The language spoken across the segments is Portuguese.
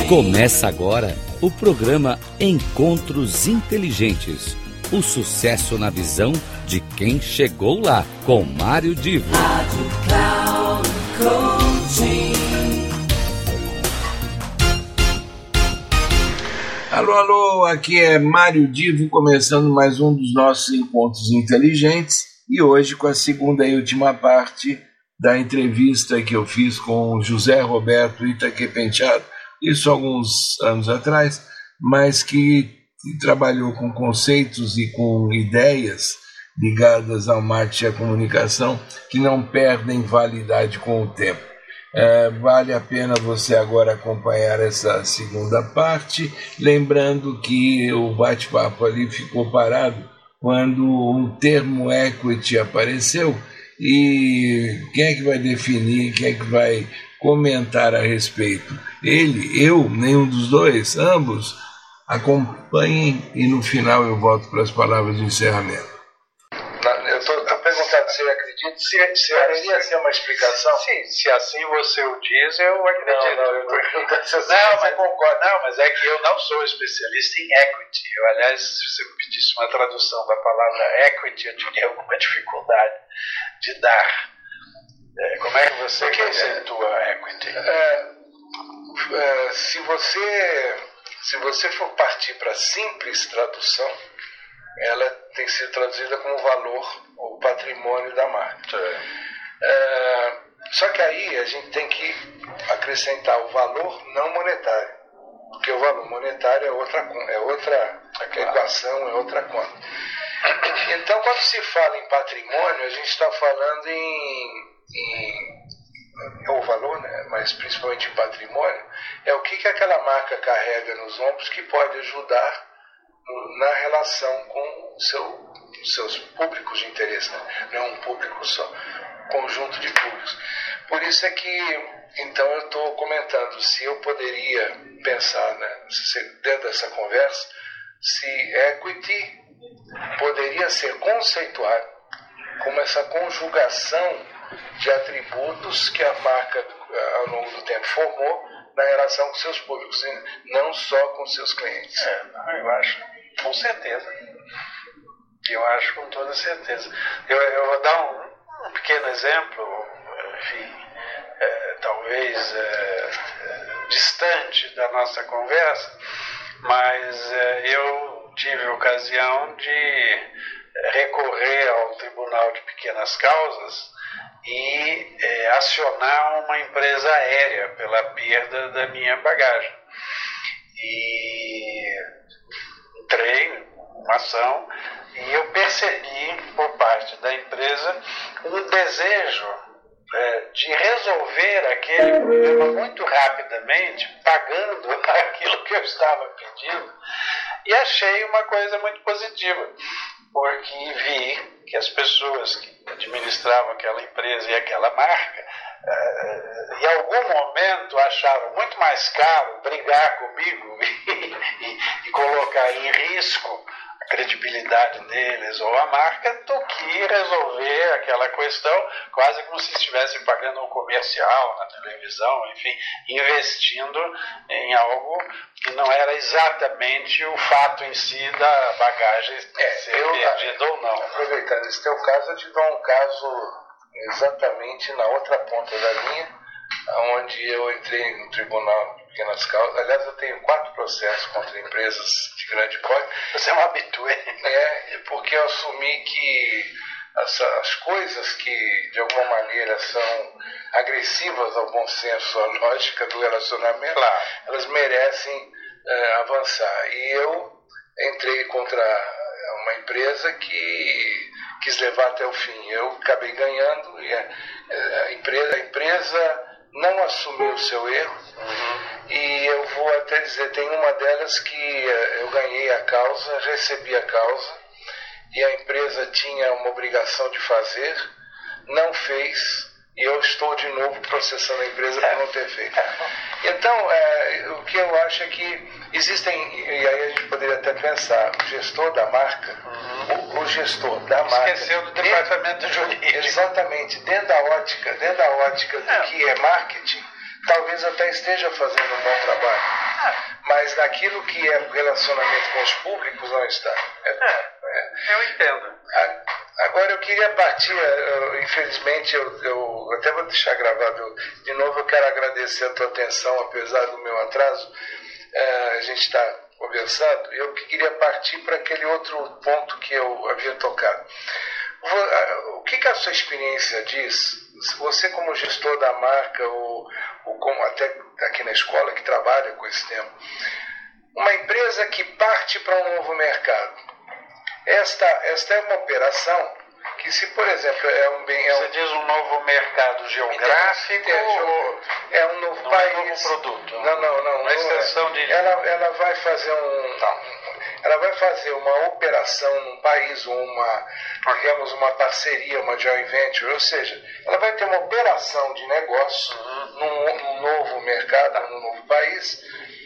Começa agora o programa Encontros Inteligentes. O sucesso na visão de quem chegou lá, com Mário Divo. Rádio Cloud Coaching. Alô, aqui é Mário Divo, começando mais um dos nossos Encontros Inteligentes. E hoje com a segunda e última parte da entrevista que eu fiz com o José Roberto Itaque Penteado, isso alguns anos atrás, mas que trabalhou com conceitos e com ideias ligadas ao marketing e à comunicação que não perdem validade com o tempo. Vale a pena você agora acompanhar essa segunda parte, lembrando que o bate-papo ali ficou parado quando um termo equity apareceu e quem é que vai definir, quem é que vai comentar a respeito? Ele, eu, nenhum dos dois, ambos. Acompanhem e no final eu volto para as palavras de encerramento. Eu estou perguntando se eu acredito, se poderia ser uma explicação? Sim, se assim você o diz, eu acredito. Não, eu estou perguntando se mas concordo. Não, mas é que eu não sou especialista em equity. Aliás, se você me pedisse uma tradução da palavra equity, eu teria alguma dificuldade de dar. Como é que você conceitua equity? Se você for partir para a simples tradução, ela tem sido traduzida como valor ou patrimônio da marca. Só que aí a gente tem que acrescentar o valor não monetário, porque o valor monetário é outra equação, é outra conta. Então, quando se fala em patrimônio, a gente está falando o valor, né? Mas principalmente em patrimônio, é o que aquela marca carrega nos ombros que pode ajudar na relação com os seus públicos de interesse, né? Não um público só, conjunto de públicos. Por isso é que, então, eu estou comentando se eu poderia pensar, né, dentro dessa conversa, se equity poderia ser conceituado como essa conjugação de atributos que a marca ao longo do tempo formou na relação com seus públicos, não só com seus clientes. Eu acho, com certeza. Eu acho com toda certeza. Eu vou dar um pequeno exemplo, enfim, talvez distante da nossa conversa, mas eu tive a ocasião de recorrer ao Tribunal de Pequenas Causas e acionar uma empresa aérea pela perda da minha bagagem. E entrei numa ação e eu percebi por parte da empresa um desejo de resolver aquele problema muito rapidamente, pagando aquilo que eu estava pedindo, e achei uma coisa muito positiva, porque vi que as pessoas que administravam aquela empresa e aquela marca, em algum momento achavam muito mais caro brigar comigo e colocar em risco a credibilidade deles ou a marca do que resolver aquela questão, quase como se estivessem pagando um comercial na televisão, enfim, investindo em algo que não era exatamente o fato em si da bagagem ser perdida ou não. Aproveitando esse teu caso, eu te dou um caso exatamente na outra ponta da linha, onde eu entrei no Tribunal de Pequenas Causas. Aliás, eu tenho 4 processos contra empresas de grande porte. Você é um habitué. Porque eu assumi que as coisas que, de alguma maneira, são agressivas ao bom senso, à lógica do relacionamento, claro, elas merecem avançar. E eu entrei contra uma empresa que quis levar até o fim. Eu acabei ganhando e a empresa não assumiu o seu erro. E eu vou até dizer, tem uma delas que eu ganhei a causa, recebi a causa, e a empresa tinha uma obrigação de fazer, não fez, e eu estou de novo processando a empresa por não ter feito. Então, o que eu acho é que existem, e aí a gente poderia até pensar, o gestor da marca, o gestor da marca... Esqueceu do departamento jurídico. Exatamente, dentro da ótica do que é marketing, talvez até esteja fazendo um bom trabalho. mas naquilo que é relacionamento com os públicos não está. Eu entendo. Agora eu queria partir, infelizmente eu até vou deixar gravado de novo, eu quero agradecer a tua atenção, apesar do meu atraso, a gente está conversando, eu queria partir para aquele outro ponto que eu havia tocado. O que a sua experiência diz, você como gestor da marca, ou como até aqui na escola que trabalha com esse tema, uma empresa que parte para um novo mercado, esta é uma operação que, se por exemplo você diz um novo mercado geográfico ou é um novo país, é um novo produto? Não, uma extensão de... ela vai fazer ela vai fazer uma operação num país, digamos uma parceria, uma joint venture, ou seja, ela vai ter uma operação de negócio num novo mercado, num novo país,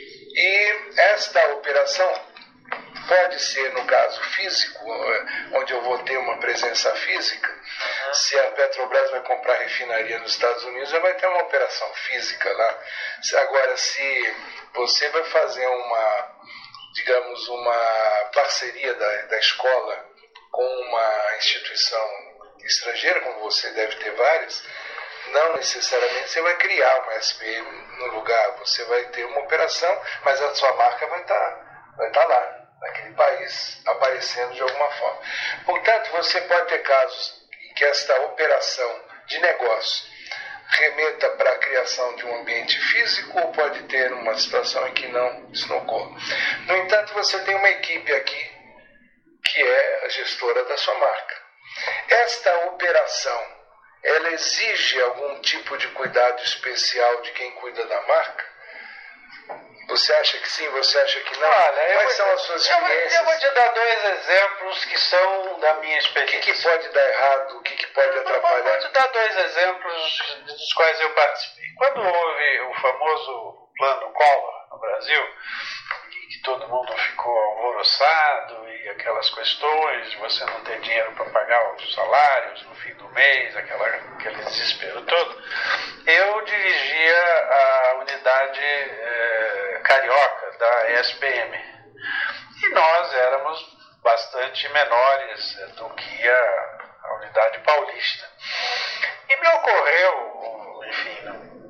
e esta operação pode ser, no caso físico, onde eu vou ter uma presença física. Se a Petrobras vai comprar refinaria nos Estados Unidos, ela vai ter uma operação física lá. Agora, se você vai fazer digamos, uma parceria da escola com uma instituição estrangeira, como você deve ter várias, não necessariamente você vai criar uma SPM no lugar, você vai ter uma operação, mas a sua marca vai estar lá, naquele país, aparecendo de alguma forma. Portanto, você pode ter casos em que esta operação de negócio remeta para a criação de um ambiente físico, ou pode ter uma situação em que isso não ocorre. No entanto, você tem uma equipe aqui que é a gestora da sua marca. Esta operação, ela exige algum tipo de cuidado especial de quem cuida da marca? Você acha que sim? Você acha que não? Olha, quais são as suas experiências? Eu vou te dar 2 exemplos que são da minha experiência. O que pode dar errado? O que pode atrapalhar? Eu vou te dar 2 exemplos dos quais eu participei. Quando houve o famoso Plano Collor no Brasil, que todo mundo ficou alvoroçado e aquelas questões, você não ter dinheiro para pagar os salários no fim do mês, aquele desespero todo, eu dirigia a unidade carioca da ESPM. E nós éramos bastante menores do que a unidade paulista. E me ocorreu, enfim,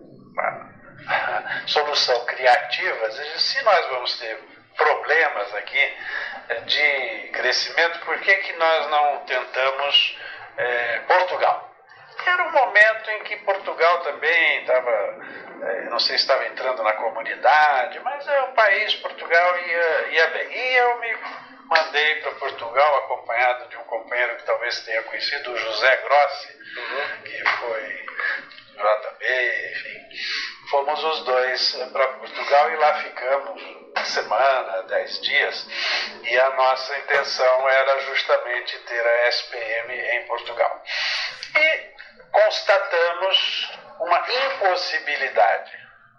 uma solução criativa, se nós vamos ter problemas aqui de crescimento, por que nós não tentamos Portugal? Era um momento em que Portugal também estava, não sei se estava entrando na comunidade, mas é um país, Portugal ia bem. E eu me mandei para Portugal acompanhado de um companheiro que talvez tenha conhecido, o José Grossi, que foi JB, enfim. Fomos os dois para Portugal e lá ficamos uma semana, 10 dias, e a nossa intenção era justamente ter a SPM em Portugal. E constatamos uma impossibilidade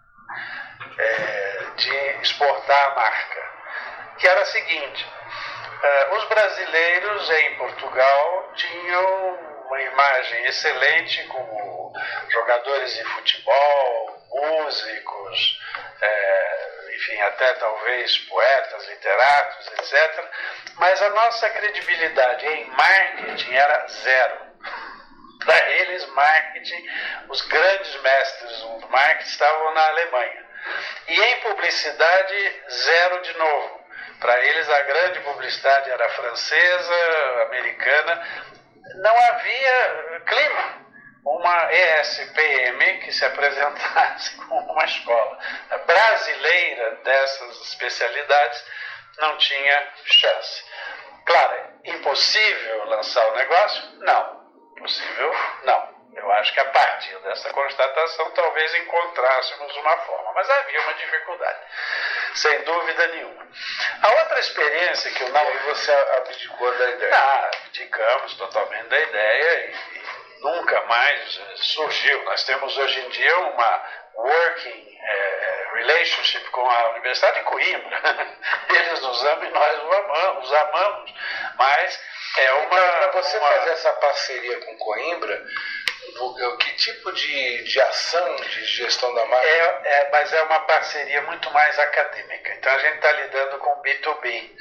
de exportar a marca, que era a seguinte: os brasileiros em Portugal tinham uma imagem excelente como jogadores de futebol, músicos, enfim, até talvez poetas, literatos, etc. Mas a nossa credibilidade em marketing era zero. Para eles, marketing, os grandes mestres do marketing estavam na Alemanha. E em publicidade, zero de novo. Para eles, a grande publicidade era francesa, americana. Não havia clima. Uma ESPM que se apresentasse como uma escola brasileira dessas especialidades não tinha chance. Claro, impossível lançar o negócio? Não. Possível? Não. Eu acho que a partir dessa constatação talvez encontrássemos uma forma, mas havia uma dificuldade, sem dúvida nenhuma. A outra experiência que eu não... E você abdicou da ideia? Abdicamos totalmente da ideia e nunca mais surgiu. Nós temos hoje em dia uma working relationship com a Universidade de Coimbra. Eles nos amam e nós os amamos. Mas é uma... Para você fazer essa parceria com Coimbra, Que tipo de ação de gestão da marca? Mas é uma parceria muito mais acadêmica. Então a gente está lidando com B2B.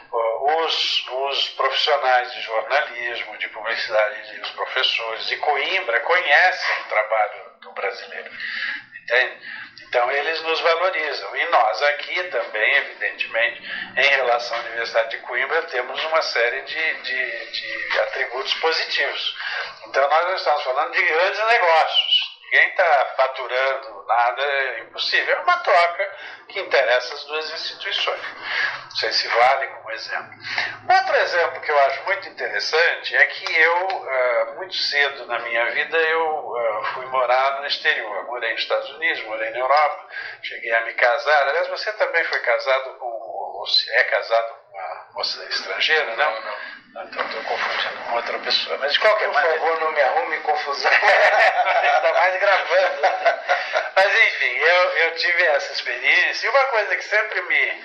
Os profissionais de jornalismo, de publicidade, os professores de Coimbra conhecem o trabalho do brasileiro. Entende? Então eles nos valorizam. E nós aqui também, evidentemente, em relação à Universidade de Coimbra, temos uma série de atributos positivos. Então nós não estamos falando de grandes negócios. Ninguém está faturando nada, é impossível. É uma troca que interessa as duas instituições. Não sei se vale como exemplo. Outro exemplo que eu acho muito interessante é que eu, muito cedo na minha vida, eu fui morar no exterior. Morei nos Estados Unidos, morei na Europa, cheguei a me casar. Aliás, você também foi casado ou é casado com uma moça estrangeira, não? Não. Então estou confundindo com outra pessoa. Mas de qualquer maneira... Por favor, não me arrume confusão. Ainda mais gravando. Mas enfim, eu tive essa experiência. E uma coisa que sempre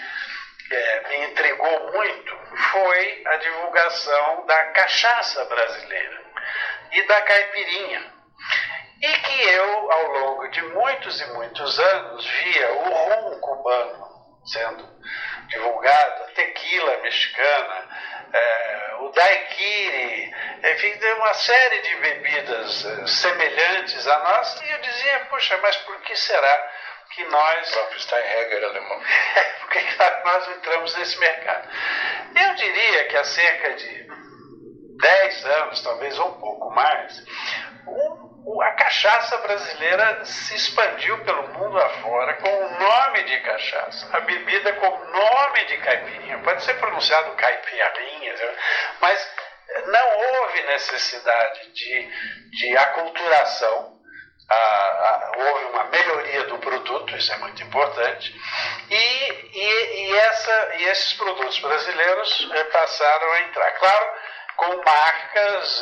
me intrigou muito foi a divulgação da cachaça brasileira e da caipirinha. E que eu, ao longo de muitos e muitos anos, via o rum cubano sendo divulgado, a tequila mexicana, o daiquiri, enfim, uma série de bebidas semelhantes a nós, e eu dizia, puxa, mas por que será que nós... O próprio Steinheger alemão. Por que nós entramos nesse mercado? Eu diria que há cerca de 10 anos, talvez um pouco mais, a cachaça brasileira se expandiu pelo mundo afora com o nome de cachaça. A bebida com o nome de caipirinha. Pode ser pronunciado caipirinha, mas não houve necessidade de aculturação. Houve uma melhoria do produto, isso é muito importante. E esses produtos brasileiros passaram a entrar. Claro, com marcas...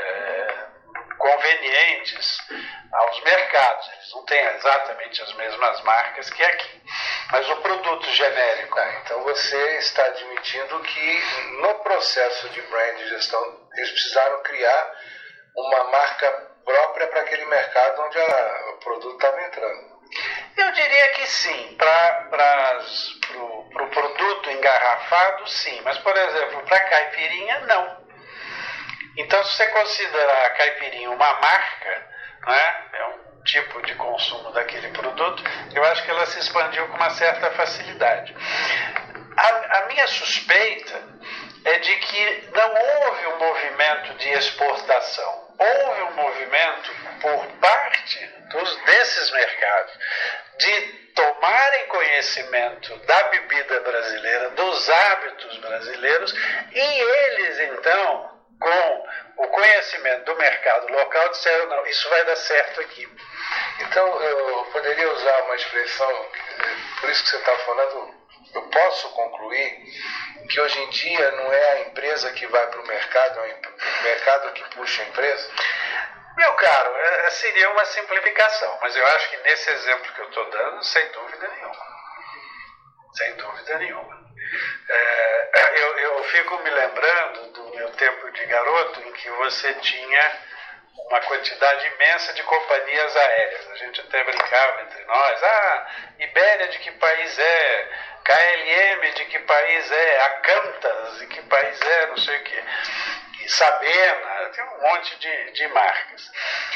convenientes aos mercados. Eles não têm exatamente as mesmas marcas que aqui. Mas o produto genérico... Então você está admitindo que no processo de brand e gestão eles precisaram criar uma marca própria para aquele mercado onde o produto estava entrando. Eu diria que sim. Para o produto engarrafado, sim. Mas, por exemplo, para a caipirinha, não. Então, se você considerar a caipirinha uma marca, né, é um tipo de consumo daquele produto, eu acho que ela se expandiu com uma certa facilidade. A minha suspeita é de que não houve um movimento de exportação. Houve um movimento por parte desses mercados de tomarem conhecimento da bebida brasileira, dos hábitos brasileiros, e eles, então... com o conhecimento do mercado local, disseram, não, isso vai dar certo aqui. Então, eu poderia usar uma expressão, por isso que você está falando, eu posso concluir que hoje em dia não é a empresa que vai para o mercado, é o mercado que puxa a empresa? Meu caro, seria uma simplificação, mas eu acho que nesse exemplo que eu estou dando, sem dúvida nenhuma. Sem dúvida nenhuma. Eu fico me lembrando do meu tempo de garoto em que você tinha uma quantidade imensa de companhias aéreas. A gente até brincava entre nós. Ibéria de que país é? KLM de que país é? A Qantas de que país é? Não sei o quê. E Sabena, tem um monte de marcas.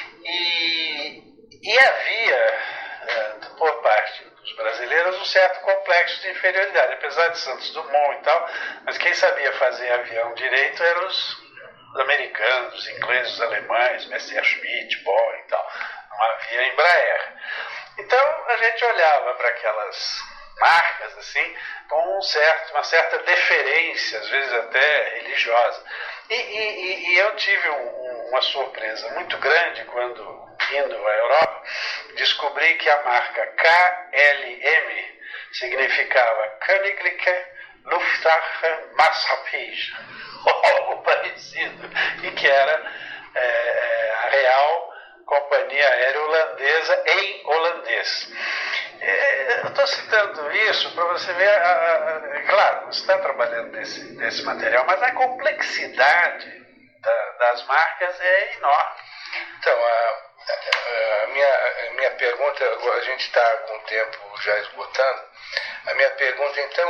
E havia, por parte dos brasileiros, um certo complexo de inferioridade, apesar de Santos Dumont e tal, mas quem sabia fazer avião direito eram os americanos, os ingleses, os alemães, Messerschmitt, Boeing e tal. Não havia Embraer. Então a gente olhava para aquelas marcas assim com uma certa deferência, às vezes até religiosa. E eu tive uma surpresa muito grande quando, indo à Europa, descobri que a marca KLM significava Königliche Lufthansa Maatschappij, algo parecido, e que era a Real Companhia Aérea Holandesa em holandês. Eu estou citando isso para você ver, claro, você está trabalhando nesse material, mas a complexidade das marcas é enorme. Então, a minha pergunta, a gente está com o tempo já esgotando, a minha pergunta então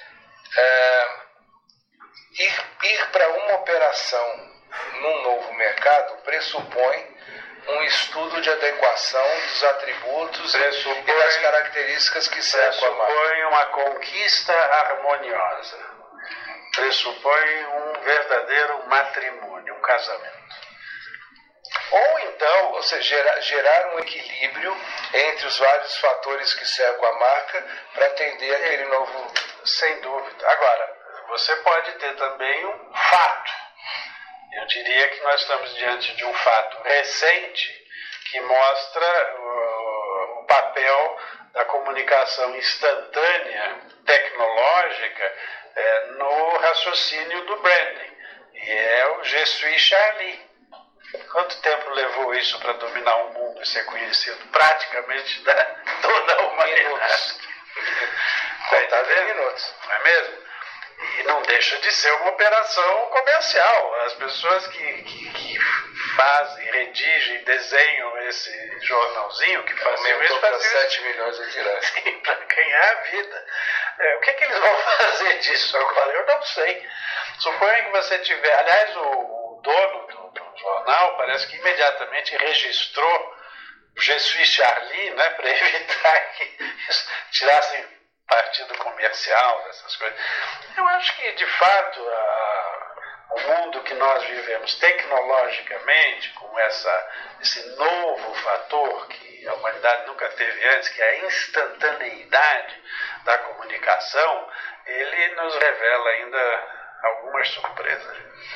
ir para uma operação num novo mercado pressupõe um estudo de adequação dos atributos e das características que cercam a marca. Pressupõe uma conquista harmoniosa, pressupõe um verdadeiro matrimônio, um casamento. Ou então, você gerar um equilíbrio entre os vários fatores que cercam a marca para atender aquele novo... Sem dúvida. Agora, você pode ter também um fato. Eu diria que nós estamos diante de um fato recente que mostra o papel da comunicação instantânea, tecnológica, no raciocínio do branding. E é o Je suis Charlie. Quanto tempo levou isso para dominar o mundo e ser conhecido praticamente toda a humanidade? Contados minutos, não é mesmo? E não deixa de ser uma operação comercial. As pessoas que fazem, redigem, desenham esse jornalzinho, que faziam isso para 7 milhões de tiragem. Para ganhar a vida. O que eles vão fazer disso agora? Eu não sei. Suponha que você tiver... Aliás, o dono do jornal parece que imediatamente registrou o Je suis Charlie, né, para evitar que tirassem partido comercial dessas coisas. Eu acho que, de fato, o mundo que nós vivemos tecnologicamente, com esse novo fator que a humanidade nunca teve antes, que é a instantaneidade da comunicação, ele nos revela ainda algumas surpresas.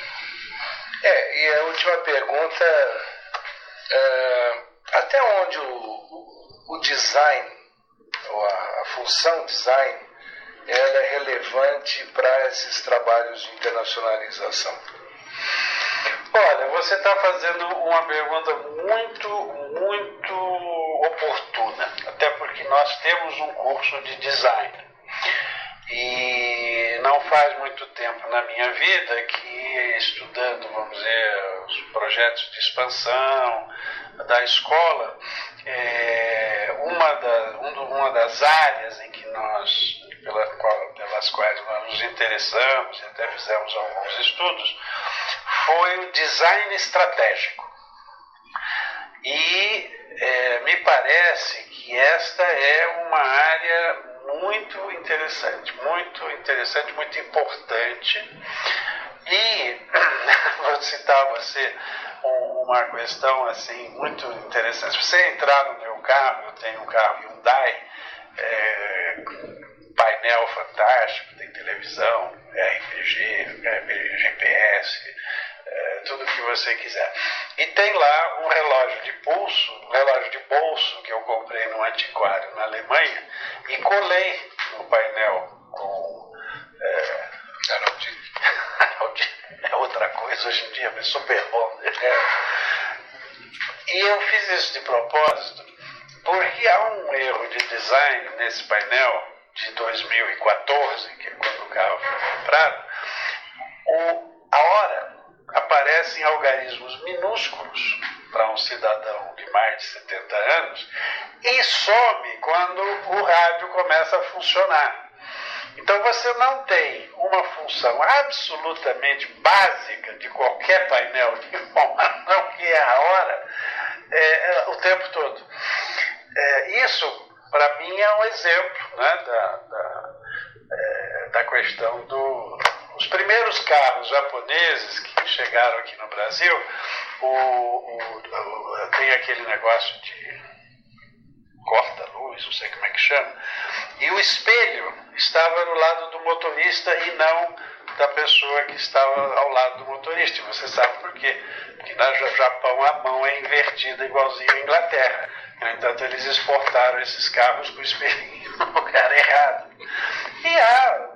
E a última pergunta, até onde o design, ou a função design, ela é relevante para esses trabalhos de internacionalização? Olha, você está fazendo uma pergunta muito, muito oportuna, até porque nós temos um curso de design. E não faz muito tempo na minha vida que, estudando, vamos dizer, os projetos de expansão da escola, uma das áreas em que pelas quais nós nos interessamos e até fizemos alguns estudos foi o design estratégico. E me parece que esta é uma área muito interessante, muito importante. E vou citar a você uma questão assim, muito interessante. Se você entrar no meu carro, eu tenho um carro Hyundai, painel fantástico, tem televisão, RPG, GPS, tudo que você quiser. E tem lá um relógio de bolso que eu comprei num antiquário na Alemanha e colei no painel com é outra coisa hoje em dia, mas super bom. E eu fiz isso de propósito porque há um erro de design nesse painel de 2014, que é quando o carro foi comprado. A hora aparece em algarismos minúsculos para um cidadão de mais de 70 anos e some quando o rádio começa a funcionar. Então você não tem uma função absolutamente básica de qualquer painel de informação, que é a hora, o tempo todo. Isso, para mim, é um exemplo, né, da questão os primeiros carros japoneses que chegaram aqui no Brasil, tem aquele negócio de corta-luz, não sei como é que chama, e o espelho estava no lado do motorista e não da pessoa que estava ao lado do motorista. E você sabe por quê? Porque no Japão a mão é invertida igualzinho à Inglaterra. No entanto, eles exportaram esses carros com o espelho no lugar errado. E há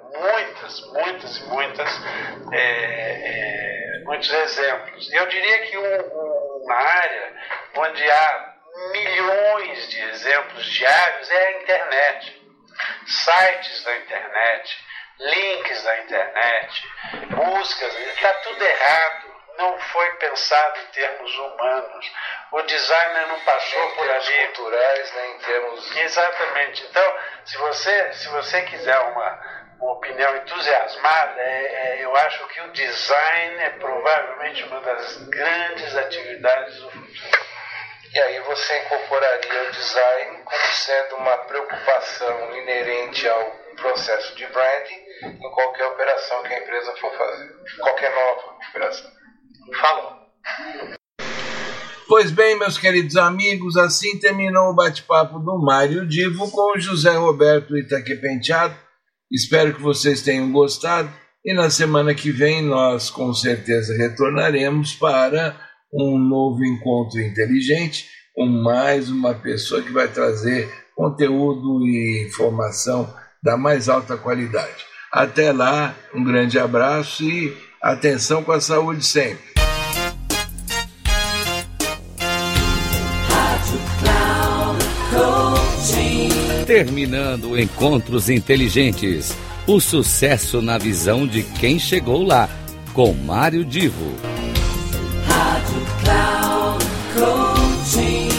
muitos exemplos. Eu diria que uma área onde há milhões de exemplos diários é a internet. Sites da internet, links da internet, buscas, está tudo errado. não foi pensado em termos humanos. O designer não passou nem por ali. Culturais, nem em termos. Exatamente. Então, se você quiser uma opinião entusiasmada, eu acho que o design é provavelmente uma das grandes atividades do futuro. E aí você incorporaria o design como sendo uma preocupação inerente ao processo de branding em qualquer operação que a empresa for fazer, qualquer nova operação. Falou. Pois bem, meus queridos amigos, assim terminou o bate-papo do Mário Divo com o José Roberto Itaque Penteado. Espero que vocês tenham gostado e na semana que vem nós com certeza retornaremos para um novo encontro inteligente com mais uma pessoa que vai trazer conteúdo e informação da mais alta qualidade. Até lá, um grande abraço e atenção com a saúde sempre. Terminando Encontros Inteligentes, o sucesso na visão de quem chegou lá, com Mário Divo. Rádio Cloud Coaching.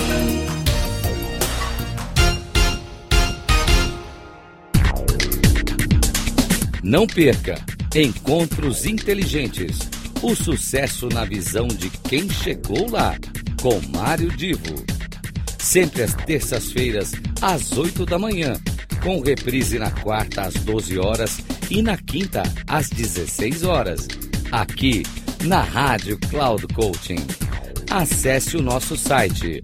Não perca Encontros Inteligentes, o sucesso na visão de quem chegou lá, com Mário Divo. Sempre às terças-feiras, às 8 da manhã, com reprise na quarta às 12 horas e na quinta às 16 horas, aqui na Rádio Cloud Coaching. Acesse o nosso site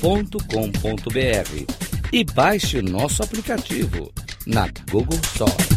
radio.cloudcoaching.com.br e baixe o nosso aplicativo na Google Store.